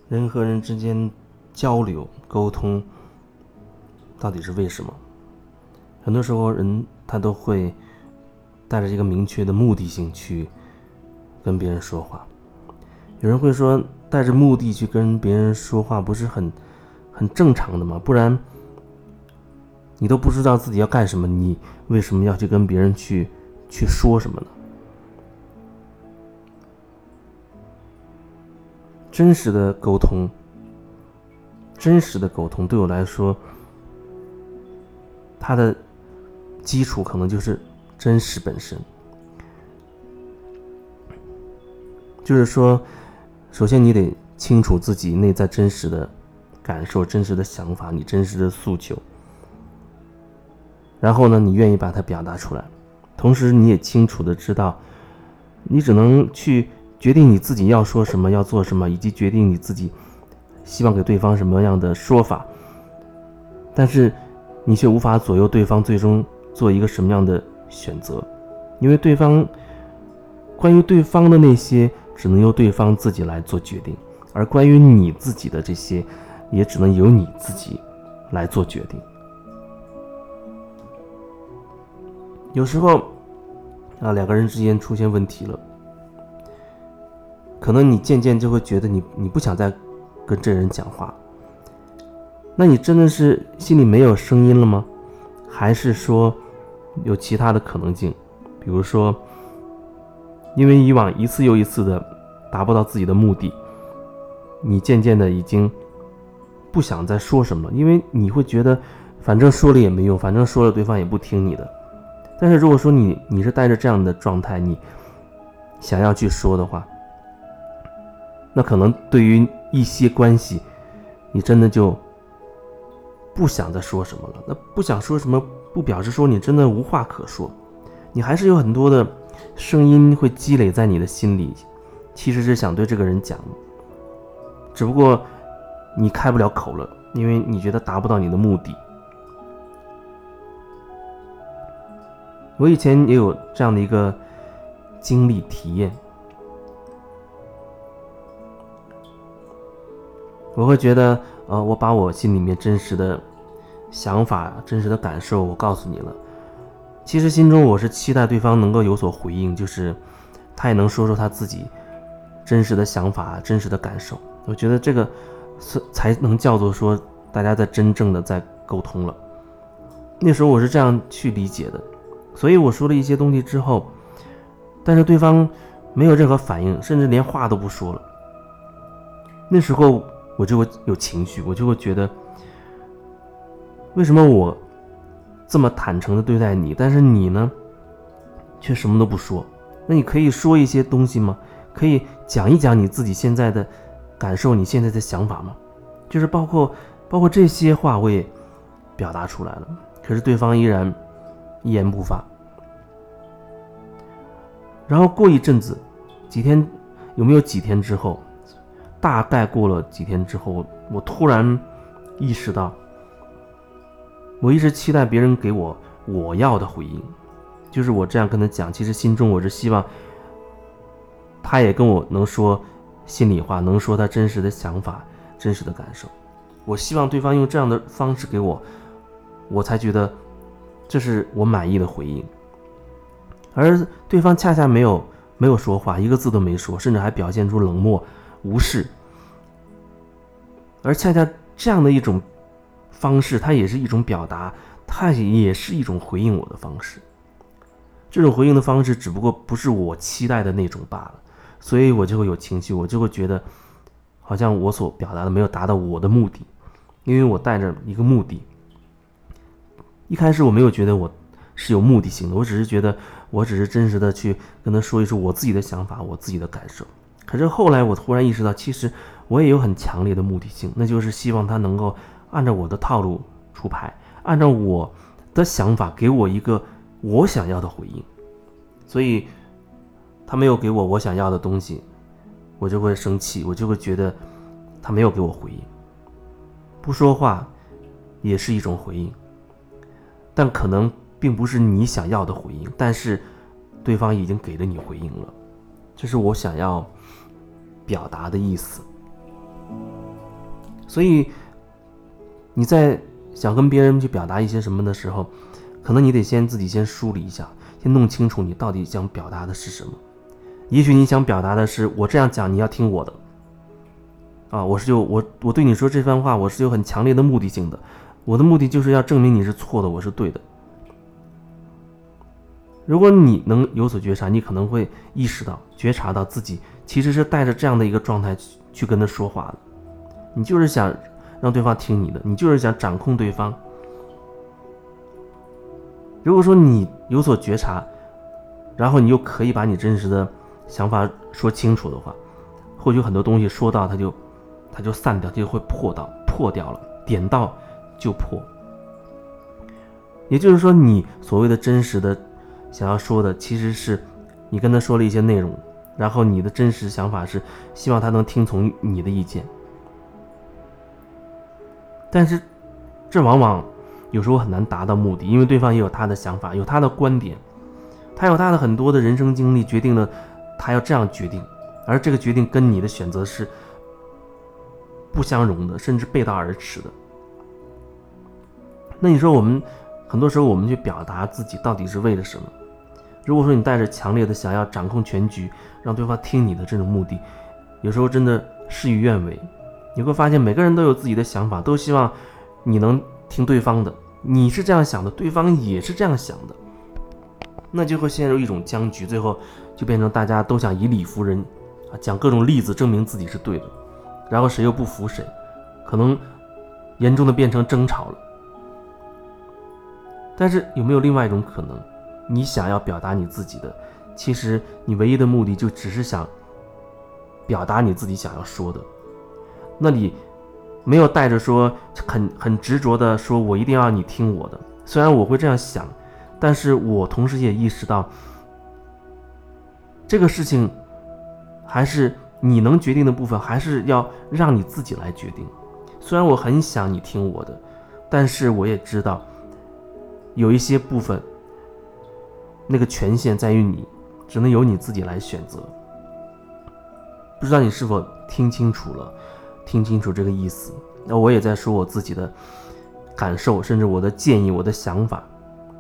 人和人之间交流沟通到底是为什么？很多时候人他都会带着一个明确的目的性去跟别人说话。有人会说，带着目的去跟别人说话不是很正常的吗？不然你都不知道自己要干什么，你为什么要去跟别人去说什么呢？真实的沟通对我来说，它的基础可能就是真实本身。就是说，首先你得清楚自己内在真实的感受、真实的想法、你真实的诉求，然后呢，你愿意把它表达出来，同时你也清楚的知道，你只能去决定你自己要说什么、要做什么，以及决定你自己希望给对方什么样的说法，但是你却无法左右对方最终做一个什么样的选择，因为关于对方的那些只能由对方自己来做决定，而关于你自己的这些也只能由你自己来做决定。有时候两个人之间出现问题了，可能你渐渐就会觉得你不想再跟这人讲话，那你真的是心里没有声音了吗？还是说有其他的可能性？比如说因为以往一次又一次的达不到自己的目的，你渐渐的已经不想再说什么了，因为你会觉得反正说了也没用，反正说了对方也不听你的。但是如果说你是带着这样的状态，你想要去说的话，那可能对于一些关系，你真的就不想再说什么了。那不想说什么，不表示说你真的无话可说，你还是有很多的声音会积累在你的心里，其实是想对这个人讲，只不过你开不了口了，因为你觉得达不到你的目的。我以前也有这样的一个经历体验，我会觉得我把我心里面真实的想法、真实的感受我告诉你了，其实心中我是期待对方能够有所回应，就是他也能说说他自己真实的想法、真实的感受。我觉得这个才能叫做说大家在真正的在沟通了。那时候我是这样去理解的，所以我说了一些东西之后，但是对方没有任何反应，甚至连话都不说了。那时候我就会有情绪，我就会觉得，为什么我这么坦诚的对待你，但是你呢却什么都不说？那你可以说一些东西吗？可以讲一讲你自己现在的感受，你现在的想法吗？就是包括这些话我也表达出来了，可是对方依然一言不发。然后过一阵子，有没有几天之后，大概过了几天之后，我突然意识到，我一直期待别人给我要的回应，就是我这样跟他讲，其实心中我是希望他也跟我能说心里话，能说他真实的想法、真实的感受。我希望对方用这样的方式给我，我才觉得这是我满意的回应。而对方恰恰没有说话，一个字都没说，甚至还表现出冷漠无视。而恰恰这样的一种方式，它也是一种表达，它也是一种回应我的方式。这种回应的方式只不过不是我期待的那种罢了，所以我就会有情绪，我就会觉得好像我所表达的没有达到我的目的，因为我带着一个目的。一开始我没有觉得我是有目的性的，我只是觉得我只是真实的去跟他说一说我自己的想法，我自己的感受。可是后来我突然意识到，其实我也有很强烈的目的性，那就是希望他能够按照我的套路出牌，按照我的想法给我一个我想要的回应。所以他没有给我想要的东西，我就会生气，我就会觉得他没有给我回应。不说话也是一种回应，但可能并不是你想要的回应，但是对方已经给了你回应了，这是我想要表达的意思。 所以你在想跟别人去表达一些什么的时候，可能你得自己先梳理一下，先弄清楚你到底想表达的是什么。也许你想表达的是，我这样讲你要听我的啊，我对你说这番话，我是有很强烈的目的性的，我的目的就是要证明你是错的，我是对的。如果你能有所觉察，你可能会意识到、觉察到自己其实是带着这样的一个状态去跟他说话的。你就是想让对方听你的，你就是想掌控对方。如果说你有所觉察，然后你又可以把你真实的想法说清楚的话，或许很多东西说到它就散掉，它就会破掉了，点到就破。也就是说，你所谓的真实的想要说的，其实是你跟他说了一些内容，然后你的真实想法是希望他能听从你的意见。但是这往往有时候很难达到目的，因为对方也有他的想法，有他的观点，他有他的很多的人生经历，决定了他要这样决定，而这个决定跟你的选择是不相容的，甚至背道而驰的。那你说很多时候我们去表达自己到底是为了什么？如果说你带着强烈的想要掌控全局，让对方听你的这种目的，有时候真的事与愿违。你会发现每个人都有自己的想法，都希望你能听对方的，你是这样想的，对方也是这样想的，那就会陷入一种僵局，最后就变成大家都想以理服人啊，讲各种例子证明自己是对的，然后谁又不服谁，可能严重的变成争吵了。但是有没有另外一种可能，你想要表达你自己的，其实你唯一的目的就只是想表达你自己想要说的，那你没有带着说很执着的说我一定要你听我的，虽然我会这样想，但是我同时也意识到这个事情还是你能决定的部分，还是要让你自己来决定。虽然我很想你听我的，但是我也知道有一些部分那个权限在于你，只能由你自己来选择。不知道你是否听清楚这个意思。那我也在说我自己的感受，甚至我的建议，我的想法。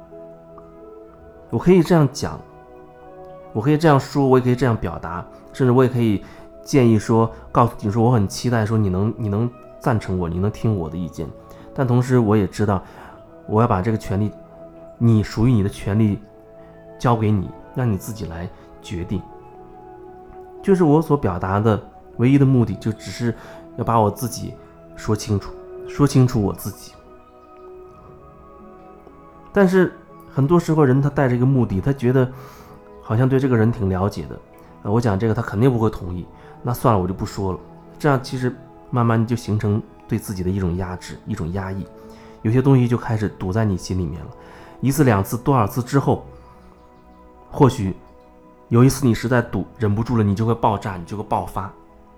我可以这样讲，我可以这样说，我也可以这样表达，甚至我也可以建议说，告诉你说我很期待说你能赞成我，你能听我的意见。但同时我也知道，我要把这个权利，你属于你的权利交给你，让你自己来决定。就是我所表达的唯一的目的，就只是要把我自己说清楚我自己。但是很多时候人他带着一个目的，他觉得好像对这个人挺了解的，我讲这个他肯定不会同意，那算了，我就不说了。这样其实慢慢就形成对自己的一种压制，一种压抑，有些东西就开始堵在你心里面了。一次两次多少次之后，或许有一次你实在忍不住了，你就会爆炸，你就会爆发。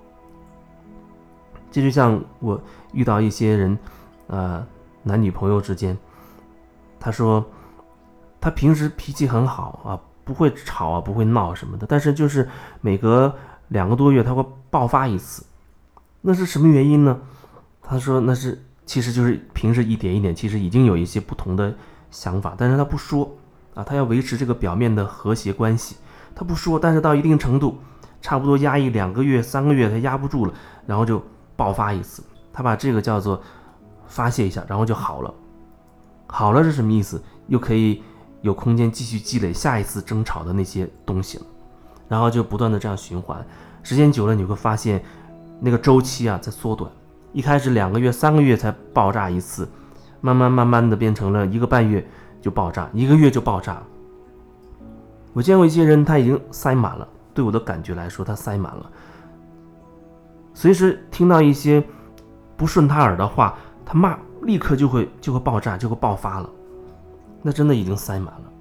这就像我遇到一些人，男女朋友之间，他说他平时脾气很好啊，不会吵啊，不会闹什么的，但是就是每隔2个多月他会爆发一次。那是什么原因呢？他说那是其实就是平时一点一点，其实已经有一些不同的想法，但是他不说啊，他要维持这个表面的和谐关系，他不说，但是到一定程度，差不多压抑2个月、3个月，他压不住了，然后就爆发一次。他把这个叫做发泄一下，然后就好了。好了是什么意思？又可以有空间继续积累下一次争吵的那些东西了，然后就不断的这样循环。时间久了，你会发现那个周期啊在缩短。一开始2个月、3个月才爆炸一次，慢慢的变成了1个半月就爆炸，1个月就爆炸。我见过一些人，他已经塞满了，对我的感觉来说，他塞满了。随时听到一些不顺他耳的话，他骂，立刻就会爆炸，就会爆发了。那真的已经塞满了。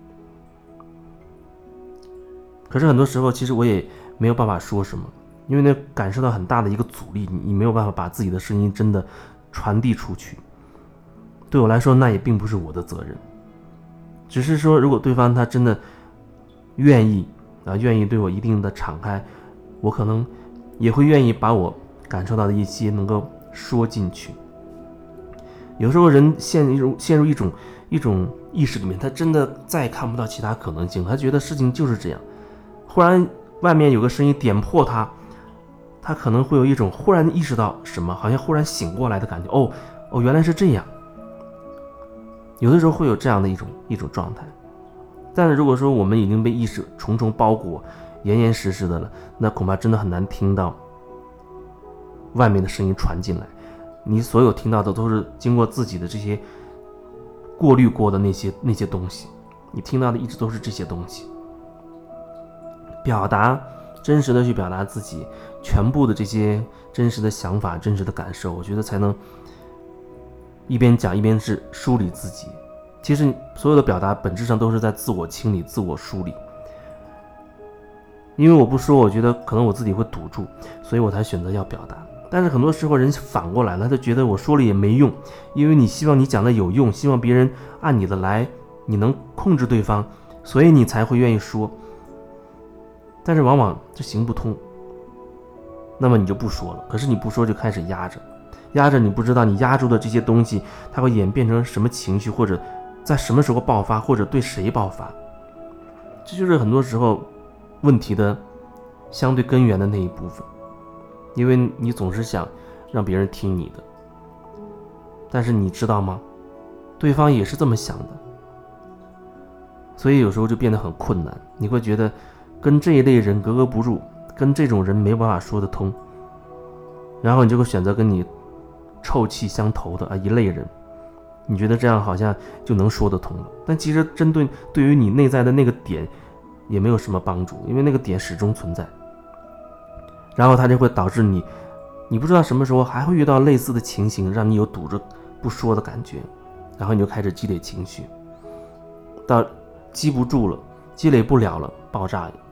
可是很多时候，其实我也没有办法说什么，因为那感受到很大的一个阻力，你没有办法把自己的声音真的传递出去。对我来说，那也并不是我的责任，只是说，如果对方他真的愿意对我一定的敞开，我可能也会愿意把我感受到的一些能够说进去。有时候人陷入一种意识里面，他真的再也看不到其他可能性，他觉得事情就是这样。忽然外面有个声音点破他，他可能会有一种忽然意识到什么，好像忽然醒过来的感觉。哦，原来是这样。有的时候会有这样的一种状态。但是如果说我们已经被意识重重包裹，严实的了，那恐怕真的很难听到外面的声音传进来。你所有听到的都是经过自己的这些过滤过的那些东西，你听到的一直都是这些东西。表达，真实的去表达自己全部的这些真实的想法、真实的感受，我觉得才能一边讲一边是梳理自己。其实所有的表达本质上都是在自我清理、自我梳理。因为我不说，我觉得可能我自己会堵住，所以我才选择要表达。但是很多时候人反过来了，他觉得我说了也没用，因为你希望你讲的有用，希望别人按你的来，你能控制对方，所以你才会愿意说。但是往往这行不通，那么你就不说了。可是你不说就开始压着，你不知道你压住的这些东西，它会演变成什么情绪，或者在什么时候爆发，或者对谁爆发。这就是很多时候问题的相对根源的那一部分。因为你总是想让别人听你的，但是你知道吗？对方也是这么想的，所以有时候就变得很困难。你会觉得跟这一类人格格不入，跟这种人没办法说得通，然后你就会选择跟你臭气相投的一类人，你觉得这样好像就能说得通了。但其实对于你内在的那个点也没有什么帮助，因为那个点始终存在。然后它就会导致你不知道什么时候还会遇到类似的情形，让你有堵着不说的感觉，然后你就开始积累情绪，到积不住了，积累不了了，爆炸